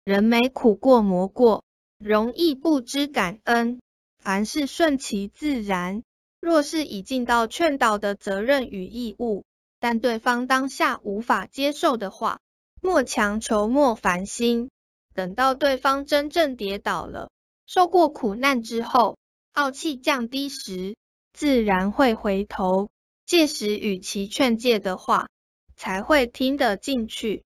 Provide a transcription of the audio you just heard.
人没苦过磨过，容易不知感恩。凡事顺其自然，若是已尽到劝导的责任与义务，但对方当下无法接受的话，莫强求莫烦心，等到对方真正跌倒了，受过苦难之后，傲气降低时，自然会回头，届时与其劝诫的话，才会听得进去。